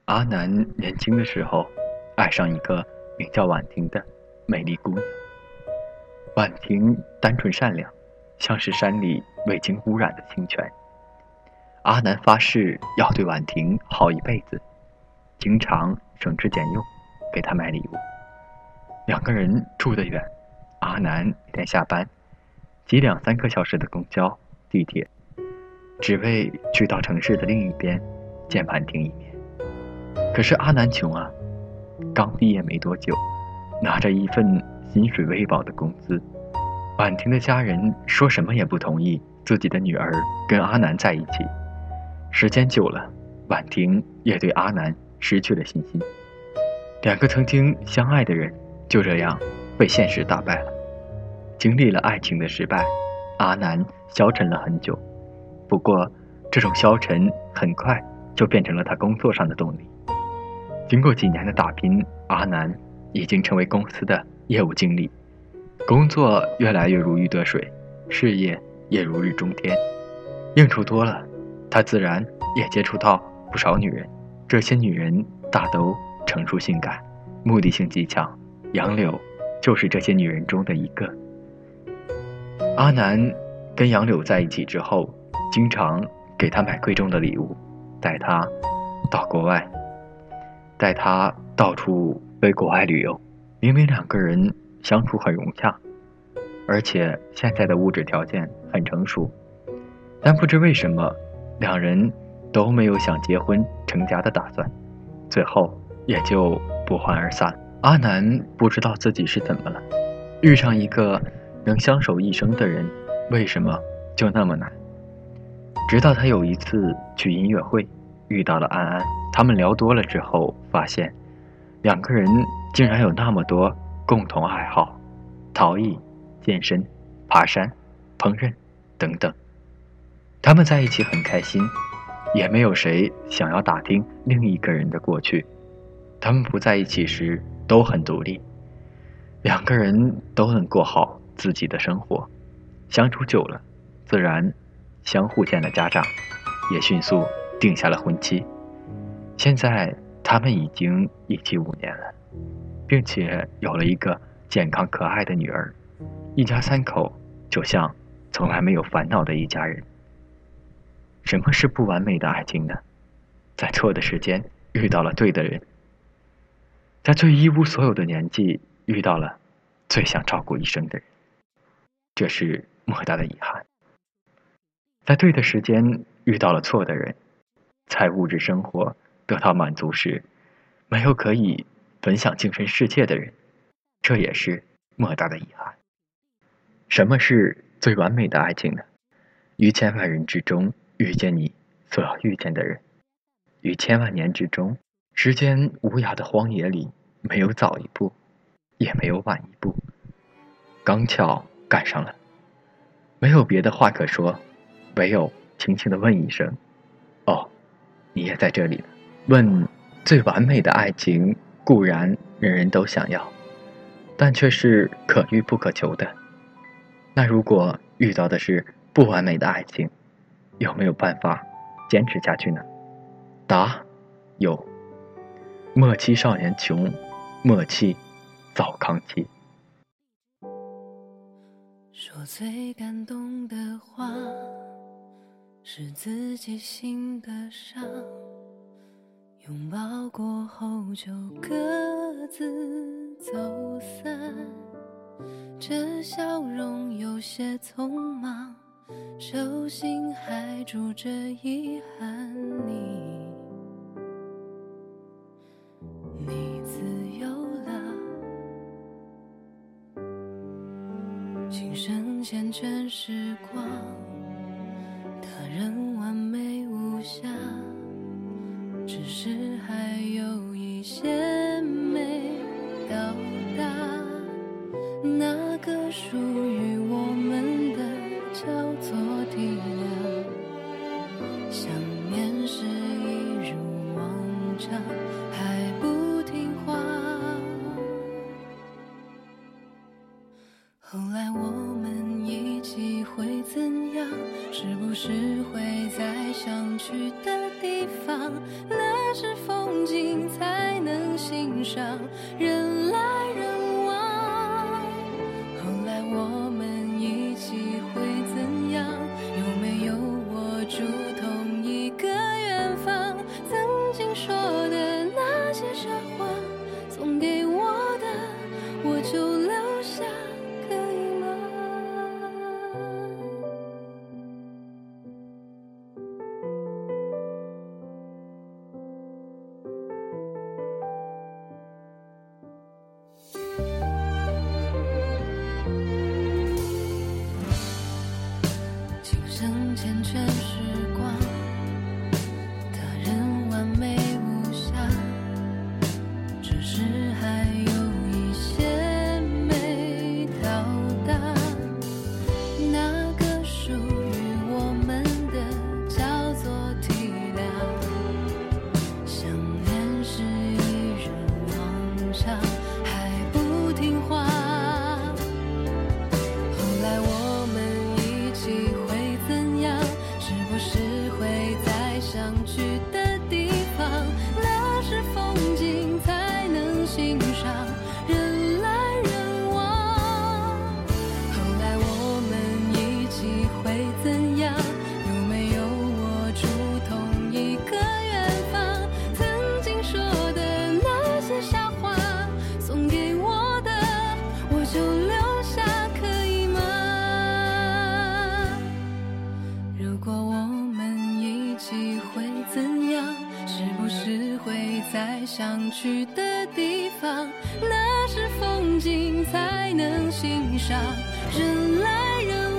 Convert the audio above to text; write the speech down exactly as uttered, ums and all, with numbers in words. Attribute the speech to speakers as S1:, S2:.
S1: 阿南年轻的时候，爱上一个名叫婉婷的美丽姑娘。婉婷单纯善良，像是山里未经污染的清泉。阿南发誓要对婉婷好一辈子，经常省吃俭用给她买礼物。两个人住得远，阿南每天下班挤两三个小时的公交、地铁，只为去到城市的另一边见婉婷一面。可是阿南穷啊，刚毕业没多久，拿着一份薪水微薄的工资，婉婷的家人说什么也不同意自己的女儿跟阿南在一起。时间久了，婉婷也对阿南失去了信心。两个曾经相爱的人就这样被现实打败了。经历了爱情的失败，阿南消沉了很久。不过这种消沉很快就变成了他工作上的动力。经过几年的打拼，阿南已经成为公司的业务经理，工作越来越如鱼得水，事业也如日中天。应酬多了，他自然也接触到不少女人，这些女人大都成熟性感，目的性极强，杨柳就是这些女人中的一个。阿南跟杨柳在一起之后，经常给她买贵重的礼物，带她到国外，带她到处飞国外旅游。明明两个人相处很融洽，而且现在的物质条件很成熟，但不知为什么两人都没有想结婚成家的打算，最后也就不欢而散。阿南不知道自己是怎么了，遇上一个能相守一生的人，为什么就那么难？直到他有一次去音乐会，遇到了安安，他们聊多了之后，发现两个人竟然有那么多共同爱好，陶艺、健身、爬山、烹饪等等。他们在一起很开心，也没有谁想要打听另一个人的过去。他们不在一起时都很独立，两个人都能过好自己的生活。相处久了，自然相互见了家长，也迅速定下了婚期。现在他们已经一起五年了，并且有了一个健康可爱的女儿，一家三口就像从来没有烦恼的一家人。什么是不完美的爱情呢？在错的时间遇到了对的人，在最一无所有的年纪遇到了最想照顾一生的人，这是莫大的遗憾。在对的时间遇到了错的人，在物质生活得到满足时，没有可以分享精神世界的人，这也是莫大的遗憾。什么是最完美的爱情呢？于千万人之中遇见你所要遇见的人，于千万年之中，时间无涯的荒野里，没有早一步，也没有晚一步，刚巧赶上了。没有别的话可说，唯有轻轻地问一声：哦，你也在这里呢。问最完美的爱情，固然人人都想要，但却是可遇不可求的。那如果遇到的是不完美的爱情，有没有办法坚持下去呢？答：有。莫欺少年穷，莫欺早康期。
S2: 说最感动的话，是自己心的伤，拥抱过后就各自走散，这笑容有些匆忙，手心还住着遗憾。你你自由了，情深缱绻时光，他人完美无瑕，只是还有一些没到达那个属于我们的叫做体谅。想念是一如往常，还不听话。后来我们一起会怎样？是不是会在想去的地方？那是风景欣赏，人来人往。后来我们一起会怎样？有没有握住同一个远方？曾经说的那些傻话，送给我的，我就留下，可以吗？今生缱绻时光，他人完美无瑕，只是还有一些没到达。那个属于我们的叫做体谅，想念是一如往常，还不听话。后来我们一起会怎样？是不是会在相聚的地方？那是风景才能欣赏，人来人往。后来我们一起会怎样？有没有握住同一个远方？曾经说的那些傻话，送给我的，我就留下，可以吗？如果我们一起会怎样？是不是会在相聚的地方？那是风景才能欣赏，人来人